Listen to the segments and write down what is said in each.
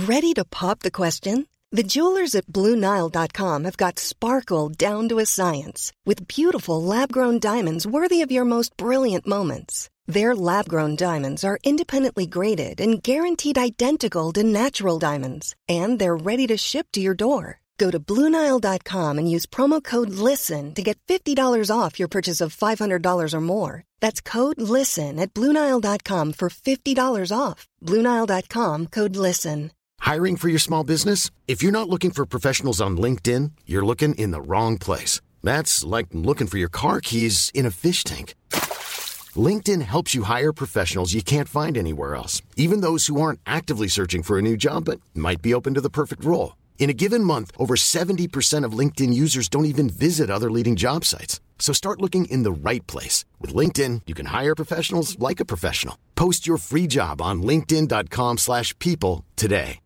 Ready to pop the question? The jewelers at BlueNile.com have got sparkle down to a science with beautiful lab-grown diamonds worthy of your most brilliant moments. Their lab-grown diamonds are independently graded and guaranteed identical to natural diamonds, and they're ready to ship to your door. Go to BlueNile.com and use promo code LISTEN to get $50 off your purchase of $500 or more. That's code LISTEN at BlueNile.com for $50 off. BlueNile.com, code LISTEN. Hiring for your small business? If you're not looking for professionals on LinkedIn, you're looking in the wrong place. That's like looking for your car keys in a fish tank. LinkedIn helps you hire professionals you can't find anywhere else, even those who aren't actively searching for a new job but might be open to the perfect role. In a given month, over 70% of LinkedIn users don't even visit other leading job sites. So start looking in the right place. With LinkedIn, you can hire professionals like a professional. Post your free job on linkedin.com/people today.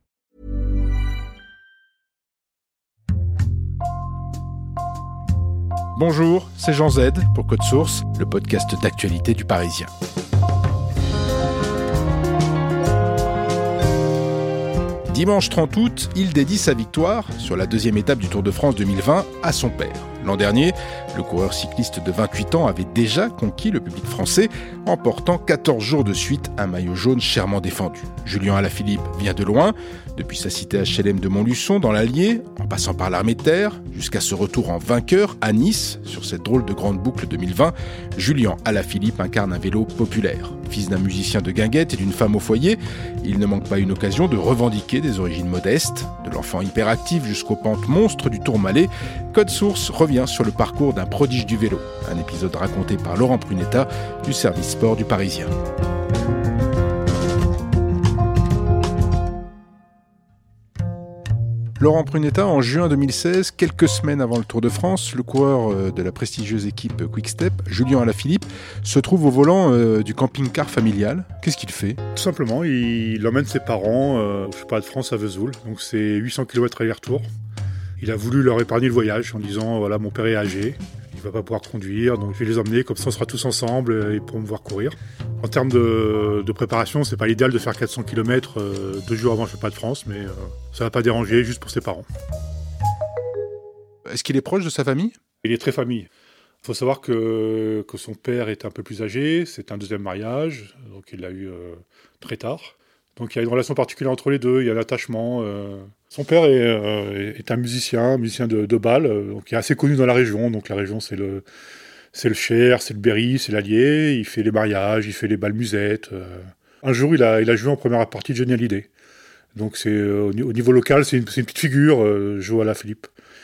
Bonjour, c'est Jean Z pour Code Source, le podcast d'actualité du Parisien. Dimanche 30 août, il dédie sa victoire sur la deuxième étape du Tour de France 2020 à son père. L'an dernier, le coureur cycliste de 28 ans avait déjà conquis le public français en portant 14 jours de suite un maillot jaune chèrement défendu. Julien Alaphilippe vient de loin, depuis sa cité HLM de Montluçon dans l'Allier, en passant par l'armée de terre, jusqu'à ce retour en vainqueur à Nice, sur cette drôle de grande boucle 2020, Julien Alaphilippe incarne un vélo populaire. Fils d'un musicien de guinguette et d'une femme au foyer, il ne manque pas une occasion de revendiquer des origines modestes. De l'enfant hyperactif jusqu'aux pentes monstres du Tourmalet, Code Source revient sur le parcours d'un prodige du vélo. Un épisode raconté par Laurent Prunetta du service sport du Parisien. Laurent Prunetta, en juin 2016, quelques semaines avant le Tour de France, le coureur de la prestigieuse équipe Quick-Step, Julien Alaphilippe, se trouve au volant du camping-car familial. Qu'est-ce qu'il fait ? Tout simplement, il emmène ses parents au Championnat de France à Vesoul, donc c'est 800 km aller-retour. Il a voulu leur épargner le voyage en disant « voilà, mon père est âgé, il ne va pas pouvoir conduire, donc je vais les emmener, comme ça on sera tous ensemble et ils pourront me voir courir ». En termes de préparation, c'est pas l'idéal de faire 400 km 2 jours avant le Championnat de France, mais ça va pas déranger, juste pour ses parents. Est-ce qu'il est proche de sa famille ? Il est très famille. Il faut savoir que son père est un peu plus âgé, c'est un deuxième mariage, donc il l'a eu très tard. Donc il y a une relation particulière entre les deux, il y a un attachement. Son père est un musicien de Bâle, donc qui est assez connu dans la région. Donc la région, c'est le Cher, c'est le Berry, c'est l'Allier. Il fait les mariages, il fait les bals musettes. Un jour, il a joué en première partie de Johnny Hallyday. Donc c'est au niveau local, c'est une petite figure, Joe Alaphilippe.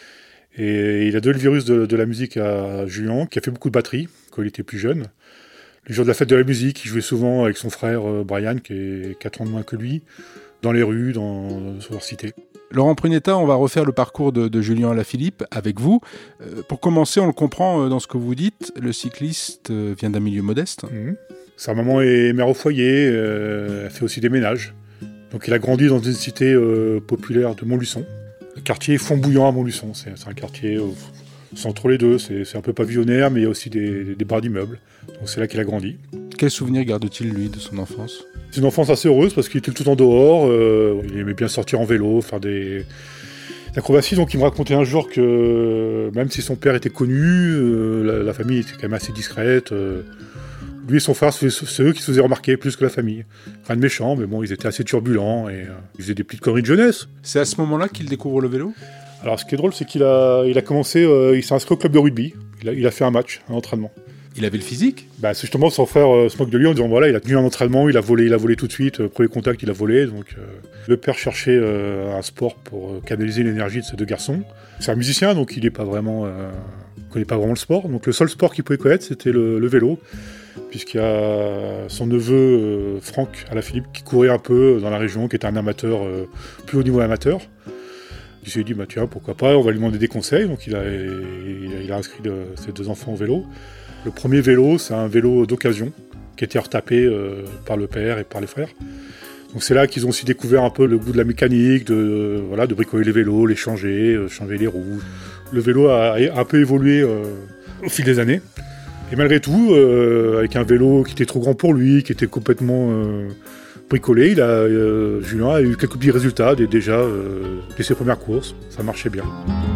Et il a donné le virus de la musique à Julien, qui a fait beaucoup de batterie quand il était plus jeune. Les jours de la fête de la musique, il jouait souvent avec son frère Brian, qui est 4 ans de moins que lui, dans les rues, sur leur cité. Laurent Prunetta, on va refaire le parcours de Julien Alaphilippe avec vous. Pour commencer, on le comprend dans ce que vous dites, le cycliste vient d'un milieu modeste. Sa maman est mère au foyer, elle fait aussi des ménages. Donc il a grandi dans une cité populaire de Montluçon. Le quartier Font-Bouillant à Montluçon, c'est un quartier c'est entre les deux, c'est un peu pavillonnaire, mais il y a aussi des barres d'immeubles. Donc c'est là qu'il a grandi. Quel souvenir garde-t-il, lui, de son enfance ? C'est une enfance assez heureuse parce qu'il était tout le temps dehors. Il aimait bien sortir en vélo, faire des acrobaties. Donc il me racontait un jour que même si son père était connu, la famille était quand même assez discrète. Lui et son frère, c'est eux qui se faisaient remarquer plus que la famille. Rien de méchant, mais bon, ils étaient assez turbulents et ils faisaient des petites conneries de jeunesse. C'est à ce moment-là qu'il découvre le vélo ? Alors ce qui est drôle, c'est qu'il a commencé, il s'est inscrit au club de rugby. Il a fait un match, un entraînement. Il avait le physique ? C'est justement son frère se moque de lui en disant voilà, il a tenu un entraînement, il a volé tout de suite, premier contact il a volé. Donc le père cherchait un sport pour canaliser l'énergie de ces deux garçons. C'est un musicien, donc il connaît pas vraiment le sport. Donc le seul sport qu'il pouvait connaître, c'était le vélo, puisqu'il y a son neveu Franck Alaphilippe qui courait un peu dans la région, qui était un amateur, plus haut niveau amateur. Il s'est dit tiens, pourquoi pas, on va lui demander des conseils. Donc il a inscrit ses deux enfants au vélo. Le premier vélo, c'est un vélo d'occasion qui a été retapé par le père et par les frères. Donc c'est là qu'ils ont aussi découvert un peu le goût de la mécanique, de bricoler les vélos, les changer les roues. Le vélo a un peu évolué au fil des années. Et malgré tout, avec un vélo qui était trop grand pour lui, qui était complètement bricolé. Julien a eu quelques petits résultats déjà dès ses premières courses. Ça marchait bien.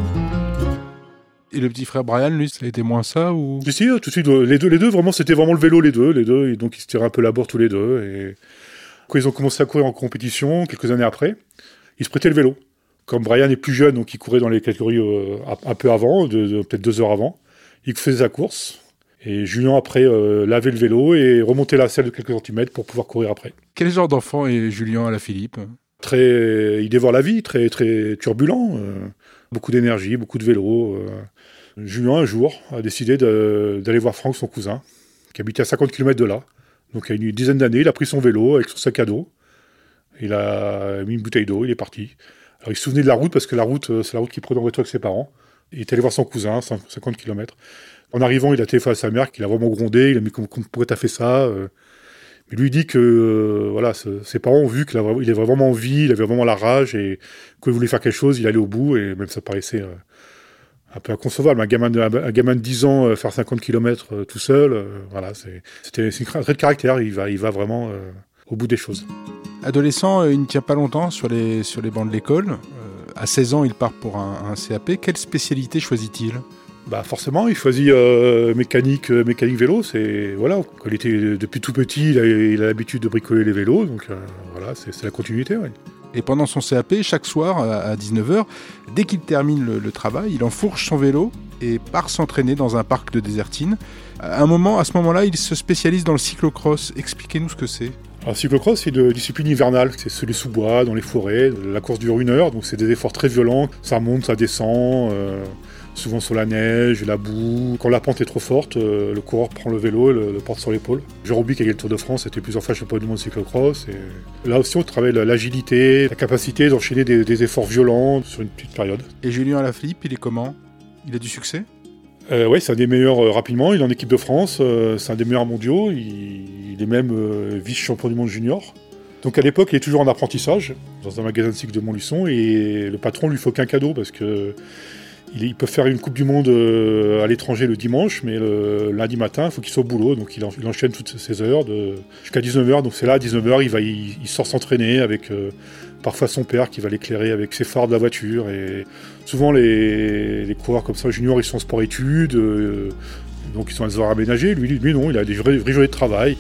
Et le petit frère Brian, lui, ça a été moins ça ou... Si, tout de suite, les deux, vraiment, c'était vraiment le vélo, les deux, et donc ils se tiraient un peu la bourre tous les deux. Et quand ils ont commencé à courir en compétition, quelques années après, ils se prêtaient le vélo. Comme Brian est plus jeune, donc il courait dans les catégories un peu avant, peut-être 2 heures avant, il faisait sa course. Et Julien, après, lavait le vélo et remontait la selle de quelques centimètres pour pouvoir courir après. Quel genre d'enfant est Julien Alaphilippe ? Il dévore la vie, très, très turbulent, beaucoup d'énergie, beaucoup de vélo. Julien, un jour, a décidé d'aller voir Franck, son cousin, qui habitait à 50 km de là. Donc, il y a une dizaine d'années, il a pris son vélo avec son sac à dos. Il a mis une bouteille d'eau, il est parti. Alors, il se souvenait de la route, parce que la route, c'est la route qu'il prenait en voiture avec ses parents. Il est allé voir son cousin, 50 km. En arrivant, il a téléphoné à sa mère, qu'il a vraiment grondé. Il a dit « Pourquoi t'as fait ça ?» Mais lui, il dit que ses parents ont vu qu'il avait vraiment envie, il avait vraiment la rage, et qu'il voulait faire quelque chose, il allait au bout, et même ça paraissait un peu inconcevable. Un gamin de 10 ans faire 50 km tout seul, c'est un trait de caractère, il va vraiment au bout des choses. Adolescent, il ne tient pas longtemps sur les bancs de l'école. À 16 ans, il part pour un CAP. Quelle spécialité choisit-il ? Forcément, il choisit mécanique vélo. Quand il était depuis tout petit, il a l'habitude de bricoler les vélos, donc c'est la continuité. Ouais. Et pendant son CAP, chaque soir à 19h, dès qu'il termine le travail, il enfourche son vélo et part s'entraîner dans un parc de Désertine. À ce moment-là, il se spécialise dans le cyclocross. Expliquez-nous ce que c'est. Alors, cyclocross, c'est une discipline hivernale, c'est sur les sous-bois, dans les forêts. La course dure 1 heure, donc c'est des efforts très violents. Ça monte, ça descend, souvent sur la neige, la boue. Quand la pente est trop forte, le coureur prend le vélo et le porte sur l'épaule. Jérôme Bic, qui a gagné le Tour de France, était plusieurs fois champion du monde de cyclocross. Et là aussi, on travaille l'agilité, la capacité d'enchaîner des efforts violents sur une petite période. Et Julien Alaphilippe, il est comment ? Il a du succès ? Oui, c'est un des meilleurs rapidement. Il est en équipe de France, c'est un des meilleurs mondiaux. Il est même vice-champion du monde junior. Donc à l'époque, il est toujours en apprentissage dans un magasin de cycle de Montluçon, et le patron lui fait aucun cadeau parce que il peut faire une Coupe du Monde à l'étranger le dimanche, mais le lundi matin, il faut qu'il soit au boulot. Donc il enchaîne toutes ces heures jusqu'à 19h. Donc c'est là, à 19h, il sort s'entraîner avec parfois son père qui va l'éclairer avec ses phares de la voiture. Et souvent, les coureurs comme ça, juniors, ils sont en sport-études, donc ils sont à des heures aménagées. Lui non, il a des vraies journées de travail.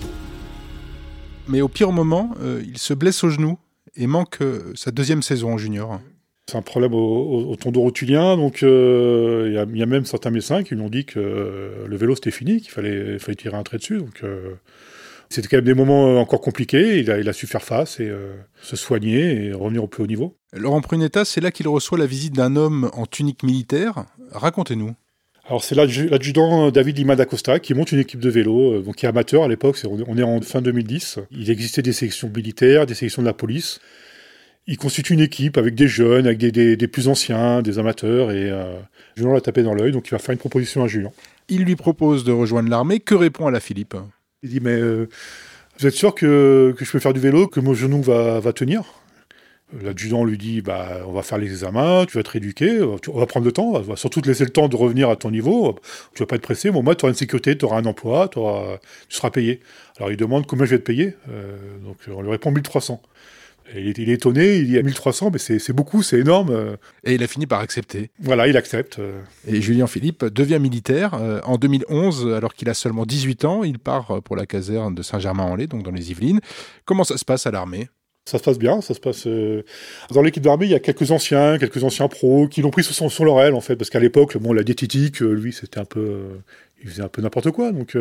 Mais au pire moment, il se blesse au genou et manque sa 2e saison en junior. C'est un problème au tendon rotulien, donc il y a même certains médecins qui lui ont dit que le vélo c'était fini, qu'il fallait tirer un trait dessus. Donc c'était quand même des moments encore compliqués. Il a su faire face et se soigner et revenir au plus haut niveau. Laurent Prunetta, c'est là qu'il reçoit la visite d'un homme en tunique militaire. Racontez-nous. Alors c'est l'adjudant David Lima d'Acosta qui monte une équipe de vélo, qui est amateur à l'époque, on est en fin 2010. Il existait des sélections militaires, des sélections de la police. Il constitue une équipe avec des jeunes, avec des plus anciens, des amateurs, et Julien l'a tapé dans l'œil, donc il va faire une proposition à Julien. Il lui propose de rejoindre l'armée. Que répond Alaphilippe ? Il dit, mais vous êtes sûr que je peux faire du vélo, que mon genou va tenir ? L'adjudant lui dit, on va faire les examens, tu vas être éduqué, on va prendre le temps, on va surtout te laisser le temps de revenir à ton niveau, tu vas pas être pressé, mais au moins tu auras une sécurité, tu auras un emploi, tu seras payé. Alors il demande combien je vais te payer, donc on lui répond 1300. Et il est étonné, il dit 1300, mais c'est beaucoup, c'est énorme. Et il a fini par accepter. Voilà, il accepte. Et Julien Philippe devient militaire. En 2011, alors qu'il a seulement 18 ans, il part pour la caserne de Saint-Germain-en-Laye, donc dans les Yvelines. Comment ça se passe à l'armée ? Ça se passe bien, ça se passe... Dans l'équipe d'armée, il y a quelques anciens pros qui l'ont pris sur son laurel, en fait, parce qu'à l'époque, la diététique, lui, c'était un peu... il faisait un peu n'importe quoi, donc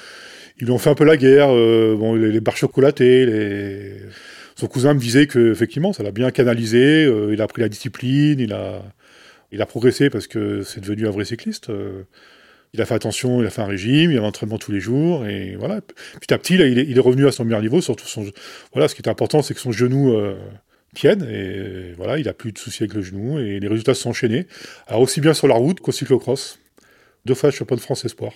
ils lui ont fait un peu la guerre, les barres chocolatées, Son cousin me disait qu'effectivement, ça l'a bien canalisé, il a appris la discipline, il a progressé parce que c'est devenu un vrai cycliste. Il a fait attention, il a fait un régime, il a un entraînement tous les jours, et voilà. Petit à petit, là, il est revenu à son meilleur niveau, surtout ce qui est important, c'est que son genou tienne, et voilà, il a plus de soucis avec le genou, et les résultats se sont enchaînés. Alors aussi bien sur la route qu'au cyclocross. 2 fois champion de France espoir.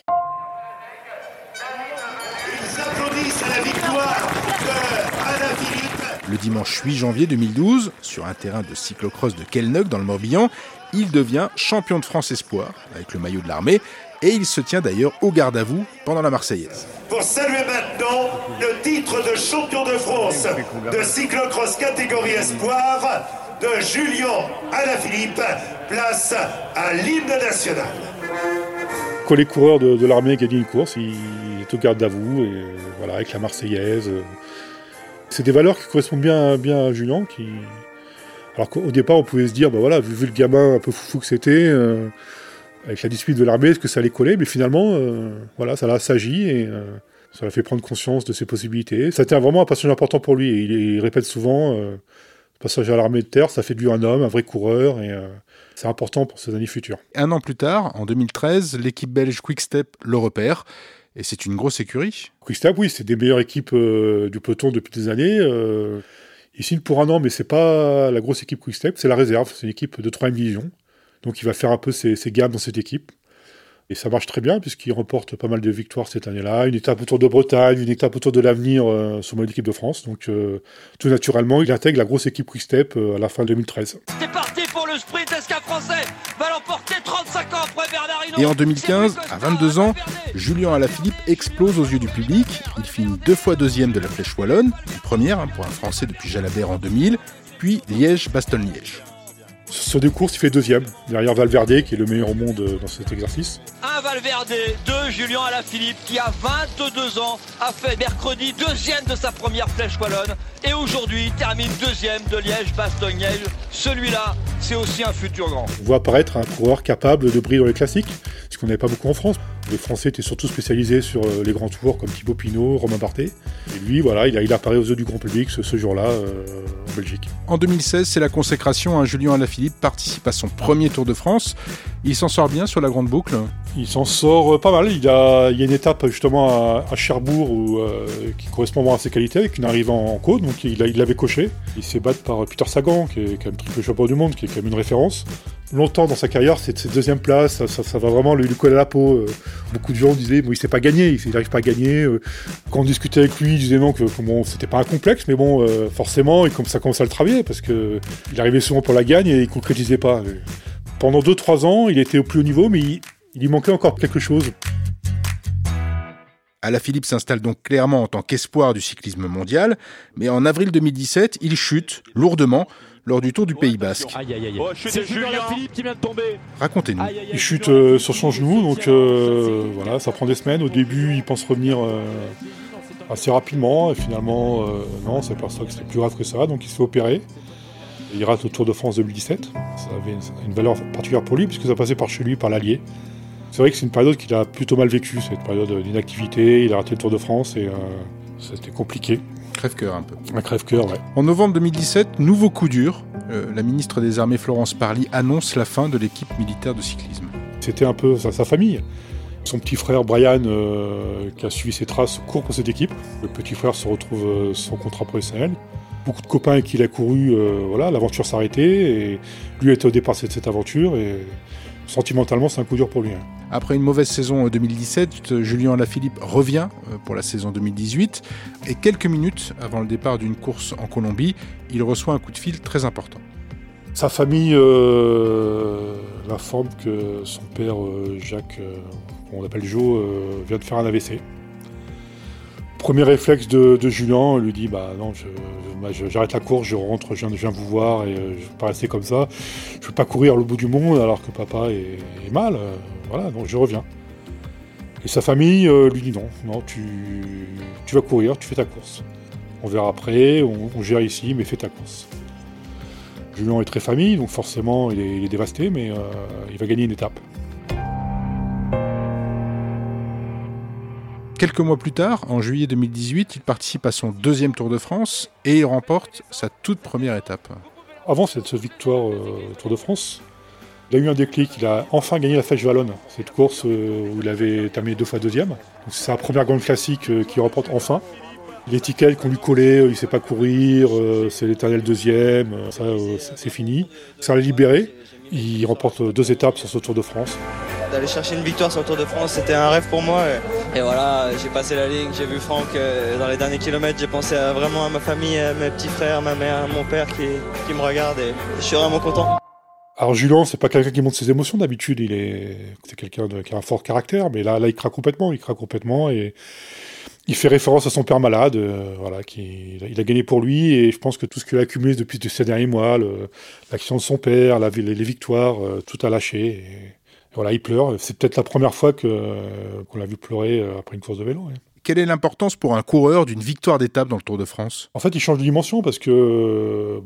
Ils applaudissent à la victoire de Alaphilippe. Le dimanche 8 janvier 2012, sur un terrain de cyclocross de Kelneuc dans le Morbihan, il devient champion de France espoir avec le maillot de l'armée Et il se tient d'ailleurs au garde à vous pendant la Marseillaise. Pour saluer maintenant le titre de champion de France de cyclocross catégorie espoir de Julien Alaphilippe, place à l'hymne national. Quand les coureurs de l'armée gagnent une course, il est au garde à vous, et voilà, avec la Marseillaise. C'est des valeurs qui correspondent bien à Julien. Alors qu'au départ, on pouvait se dire, bah voilà, vu le gamin un peu foufou que c'était, avec la dispute de l'armée, est-ce que ça allait coller ? Mais finalement, voilà, ça l'a assagi et ça l'a fait prendre conscience de ses possibilités. Ça a été vraiment un passage important pour lui. Et il répète souvent, le passage à l'armée de terre, ça fait de lui un homme, un vrai coureur, et c'est important pour ses années futures. Un an plus tard, en 2013, l'équipe belge Quick-Step le repère. Et c'est une grosse écurie. Quick-Step, oui, c'est des meilleures équipes du peloton depuis des années. Il signe pour un an, mais c'est pas la grosse équipe Quick-Step, c'est la réserve. C'est une équipe de 3e division. Donc il va faire un peu ses gammes dans cette équipe. Et ça marche très bien, puisqu'il remporte pas mal de victoires cette année-là. Une étape autour de Bretagne, une étape autour de l'Avenir sur l'équipe de France. Donc tout naturellement, il intègre la grosse équipe Quick-Step à la fin 2013. C'est parti pour le sprint. Est-ce qu'un Français va l'emporter 35 ans après Bernard Hinault ? Et en 2015, à 22 ans, Julien Alaphilippe explose aux yeux du public. Il finit 2 fois 2e de la Flèche Wallonne, une première pour un Français depuis Jalabert en 2000, puis Liège-Bastogne-Liège. Sur des courses, il fait 2e, derrière Valverde, qui est le meilleur au monde dans cet exercice. Un Valverde, 2 Julien Alaphilippe, qui a 22 ans, a fait mercredi 2e de sa première Flèche Wallonne, et aujourd'hui termine 2e de Liège-Bastogne-Liège. Celui-là, c'est aussi un futur grand. On voit apparaître un coureur capable de briller dans les classiques, ce qu'on n'avait pas beaucoup en France. Les Français étaient surtout spécialisés sur les grands tours, comme Thibaut Pinot, Romain Bardet. Et lui, voilà, il apparaît aux yeux du grand public ce jour-là en Belgique. En 2016, c'est la consécration. Julien Alaphilippe participe à son premier Tour de France. Il s'en sort bien sur la grande boucle. Il s'en sort pas mal. Il y a une étape justement à Cherbourg qui correspond vraiment à ses qualités, avec une arrivée en côte, donc il l'avait coché. Il s'est battu par Peter Sagan, qui est quand même triple champion du monde, qui est quand même une référence. Longtemps dans sa carrière, cette 2e place, ça va vraiment lui coller à la peau. Beaucoup de gens disaient, bon, il sait pas gagner, il n'arrive pas à gagner. Quand on discutait avec lui, il disait non, que bon, c'était pas un complexe, mais bon, forcément, ça commence à le travailler, parce qu'il arrivait souvent pour la gagne et il concrétisait pas. Pendant 2-3 ans, il était au plus haut niveau, mais il lui manquait encore quelque chose. Alaphilippe s'installe donc clairement en tant qu'espoir du cyclisme mondial, mais en avril 2017, il chute lourdement lors du Tour du Pays Basque. Aïe, aïe, aïe. C'est Julien Alaphilippe qui vient de tomber. Racontez-nous. Il chute sur son genou, donc voilà, ça prend des semaines. Au début, il pense revenir assez rapidement, et finalement, non, c'est pas ça que c'était plus grave que ça, donc il se fait opérer. Il rate le Tour de France 2017. Ça avait une valeur particulière pour lui, puisque ça passait par chez lui, par l'Allier. C'est vrai que c'est une période qu'il a plutôt mal vécue, cette période d'inactivité. Il a raté le Tour de France et c'était compliqué. Crève-cœur un peu. Un crève-cœur, ouais. En novembre 2017, nouveau coup dur. La ministre des Armées Florence Parly annonce la fin de l'équipe militaire de cyclisme. C'était un peu sa famille. Son petit frère Brian, qui a suivi ses traces, court pour cette équipe. Le petit frère se retrouve sans contrat professionnel. Beaucoup de copains avec qui il a couru, voilà, l'aventure s'arrêtait. Et lui était au départ de cette aventure. Et sentimentalement, c'est un coup dur pour lui. Après une mauvaise saison 2017, Julien Alaphilippe revient pour la saison 2018. Et quelques minutes avant le départ d'une course en Colombie, il reçoit un coup de fil très important. Sa famille l'informe que son père, Jacques, qu'on appelle Joe, vient de faire un AVC. Premier réflexe de Julien, lui dit bah non, j'arrête la course, je rentre, je viens vous voir et je ne vais pas rester comme ça. Je ne veux pas courir le bout du monde alors que papa est mal. Voilà, donc je reviens. Et sa famille lui dit non, tu vas courir, tu fais ta course. On verra après, on gère ici, mais fais ta course. Julien est très famille, donc forcément il est dévasté, mais il va gagner une étape. Quelques mois plus tard, en juillet 2018, il participe à son 2e Tour de France et il remporte sa toute première étape. Avant cette victoire Tour de France, il a eu un déclic, il a enfin gagné la Flèche Wallonne, cette course où il avait terminé 2 fois 2e. Donc c'est sa première grande classique qu'il remporte enfin. L'étiquette qu'on lui collait, il ne sait pas courir, c'est l'éternel 2e, ça c'est fini. Ça l'a libéré, il remporte 2 étapes sur ce Tour de France. D'aller chercher une victoire sur le Tour de France, c'était un rêve pour moi. Et voilà, j'ai passé la ligne, j'ai vu Franck dans les derniers kilomètres, j'ai pensé vraiment à ma famille, à mes petits frères, ma mère, mon père qui me regardent et je suis vraiment content. Alors Julien, c'est pas quelqu'un qui montre ses émotions d'habitude, c'est quelqu'un qui a un fort caractère, mais là il craque complètement et il fait référence à son père malade, il a gagné pour lui, et je pense que tout ce qu'il a accumulé depuis ces derniers mois, l'action de son père, les victoires, tout a lâché, et voilà, il pleure. C'est peut-être la première fois qu'on l'a vu pleurer après une course de vélo. Ouais. Quelle est l'importance pour un coureur d'une victoire d'étape dans le Tour de France ? En fait, il change de dimension parce que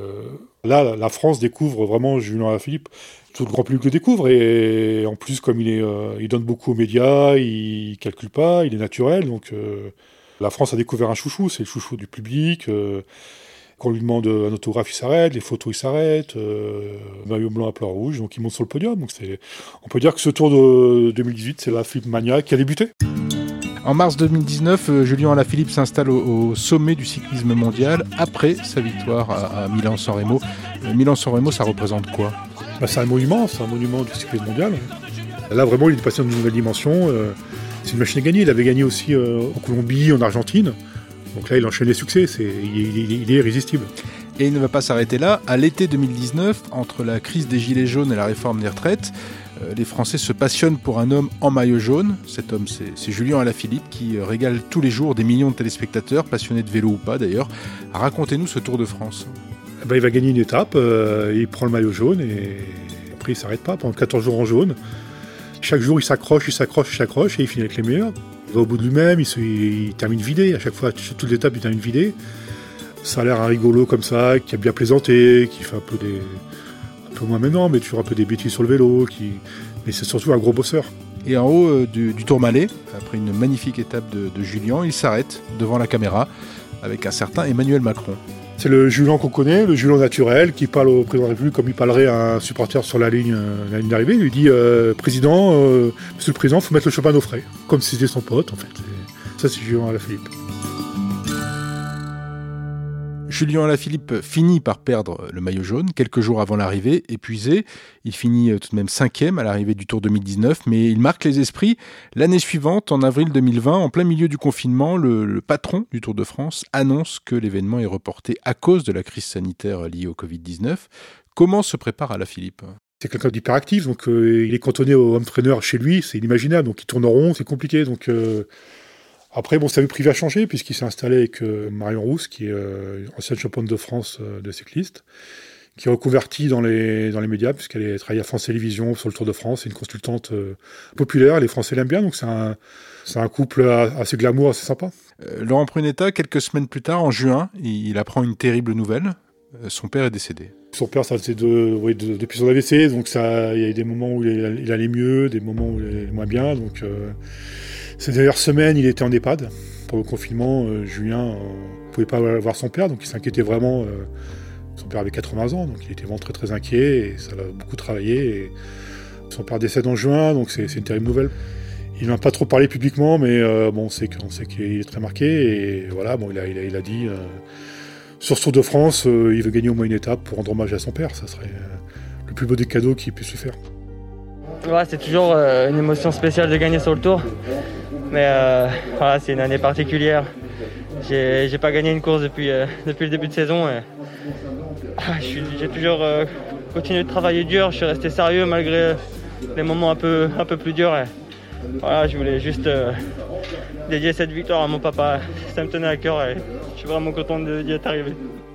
là, la France découvre vraiment Julien Alaphilippe. Tout le grand public le découvre, et en plus, comme il donne beaucoup aux médias, il calcule pas, il est naturel. Donc, la France a découvert un chouchou, c'est le chouchou du public. Quand on lui demande un autographe, il s'arrête, les photos, il s'arrête, maillot blanc à plat rouge, donc il monte sur le podium. Donc on peut dire que ce Tour de 2018, c'est la Philippe Mania qui a débuté. En mars 2019, Julien Alaphilippe s'installe au sommet du cyclisme mondial après sa victoire à Milan-San Remo. Milan-San Remo, ça représente quoi ? C'est un monument du cyclisme mondial. Là, vraiment, il est passé dans une nouvelle dimension. C'est une machine à gagner. Il avait gagné aussi en Colombie, en Argentine. Donc là, il enchaîne les succès. Il est irrésistible. Et il ne va pas s'arrêter là. À l'été 2019, entre la crise des Gilets jaunes et la réforme des retraites, les Français se passionnent pour un homme en maillot jaune. Cet homme, c'est Julien Alaphilippe, qui régale tous les jours des millions de téléspectateurs, passionnés de vélo ou pas d'ailleurs. Racontez-nous ce Tour de France. Il va gagner une étape, il prend le maillot jaune et après il ne s'arrête pas pendant 14 jours en jaune. Chaque jour il s'accroche et il finit avec les meilleurs. Il va au bout de lui-même, il termine vidé. À chaque fois, sur toute l'étape, il termine vidé. Ça a l'air un rigolo comme ça, qui a bien plaisanté, qui fait un peu moins maintenant, mais toujours un peu des bêtises sur le vélo. Mais c'est surtout un gros bosseur. Et en haut du Tourmalet, après une magnifique étape de Julien, il s'arrête devant la caméra avec un certain Emmanuel Macron. C'est le Julien qu'on connaît, le Julien naturel, qui parle au président de la République comme il parlerait à un supporter sur la ligne d'arrivée. Il lui dit Président, Monsieur le Président, il faut mettre le champagne au frais. Comme si c'était son pote, en fait. Ça, c'est Julien Alaphilippe. Julien Alaphilippe finit par perdre le maillot jaune quelques jours avant l'arrivée, épuisé. Il finit tout de même 5e à l'arrivée du Tour 2019, mais il marque les esprits. L'année suivante, en avril 2020, en plein milieu du confinement, le patron du Tour de France annonce que l'événement est reporté à cause de la crise sanitaire liée au Covid-19. Comment se prépare Alaphilippe ? C'est quelqu'un d'hyperactif, donc il est cantonné au home trainer chez lui, c'est inimaginable, donc il tourne en rond, c'est compliqué, donc... Après, sa vie privée a changé, puisqu'il s'est installé avec Marion Rousse, qui est ancienne championne de France de cycliste, qui est reconvertie dans les médias, puisqu'elle travaille à France Télévisions sur le Tour de France. C'est une consultante populaire, les Français l'aiment bien, donc c'est un couple assez glamour, assez sympa. Laurent Prunetta, quelques semaines plus tard, en juin, il apprend une terrible nouvelle. Son père est décédé. Son père, ça c'est depuis son AVC, donc il y a eu des moments où il allait mieux, des moments où il allait moins bien, donc... Ces dernières semaines, il était en EHPAD. Pour le confinement, Julien ne pouvait pas voir son père, donc il s'inquiétait vraiment. Son père avait 80 ans, donc il était vraiment très très inquiet, et ça l'a beaucoup travaillé. Et son père décède en juin, donc c'est une terrible nouvelle. Il n'en a pas trop parlé publiquement, mais on sait qu'il est très marqué. Et voilà, il a dit, sur ce Tour de France, il veut gagner au moins une étape pour rendre hommage à son père. Ça serait le plus beau des cadeaux qu'il puisse lui faire. Ouais, c'est toujours une émotion spéciale de gagner sur le Tour. Mais c'est une année particulière. J'ai pas gagné une course depuis le début de saison. J'ai toujours continué de travailler dur. Je suis resté sérieux malgré les moments un peu plus durs. Je voulais juste dédier cette victoire à mon papa. Ça me tenait à cœur et je suis vraiment content d'y être arrivé.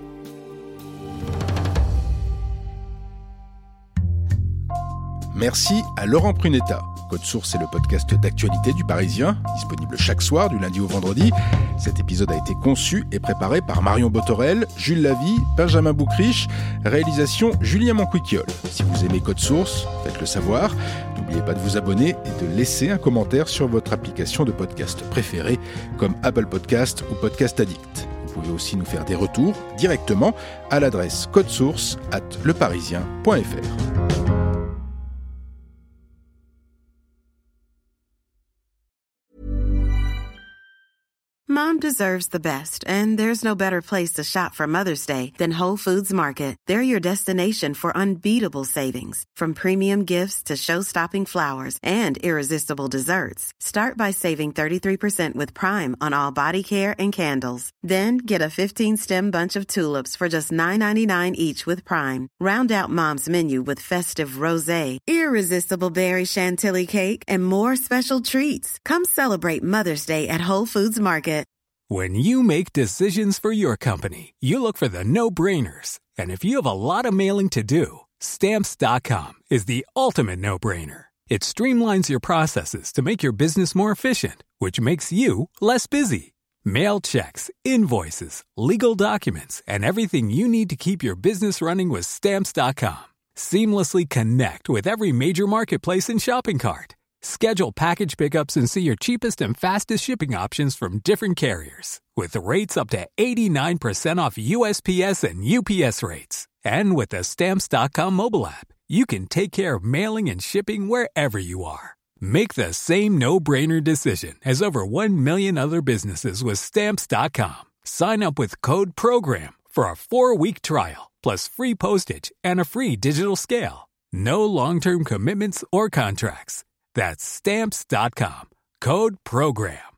Merci à Laurent Prunetta. Code Source est le podcast d'actualité du Parisien, disponible chaque soir du lundi au vendredi. Cet épisode a été conçu et préparé par Marion Botorel, Jules Lavie, Benjamin Boucriche, réalisation Julien Manquiquiol. Si vous aimez Code Source, faites-le savoir. N'oubliez pas de vous abonner et de laisser un commentaire sur votre application de podcast préférée, comme Apple Podcast ou Podcast Addict. Vous pouvez aussi nous faire des retours directement à l'adresse codesource@leparisien.fr. Mom Mom deserves the best, and there's no better place to shop for Mother's Day than Whole Foods Market. They're your destination for unbeatable savings, from premium gifts to show-stopping flowers and irresistible desserts. Start by saving 33% with Prime on all body care and candles. Then get a 15-stem bunch of tulips for just $9.99 each with Prime. Round out Mom's menu with festive rosé, irresistible berry chantilly cake, and more special treats. Come celebrate Mother's Day at Whole Foods Market. When you make decisions for your company, you look for the no-brainers. And if you have a lot of mailing to do, Stamps.com is the ultimate no-brainer. It streamlines your processes to make your business more efficient, which makes you less busy. Mail checks, invoices, legal documents, and everything you need to keep your business running with Stamps.com. Seamlessly connect with every major marketplace and shopping cart. Schedule package pickups and see your cheapest and fastest shipping options from different carriers, with rates up to 89% off USPS and UPS rates. And with the Stamps.com mobile app, you can take care of mailing and shipping wherever you are. Make the same no-brainer decision as over 1 million other businesses with Stamps.com. Sign up with code PROGRAM for a 4-week trial, plus free postage and a free digital scale. No long-term commitments or contracts. That's Stamps.com. Code PROGRAM.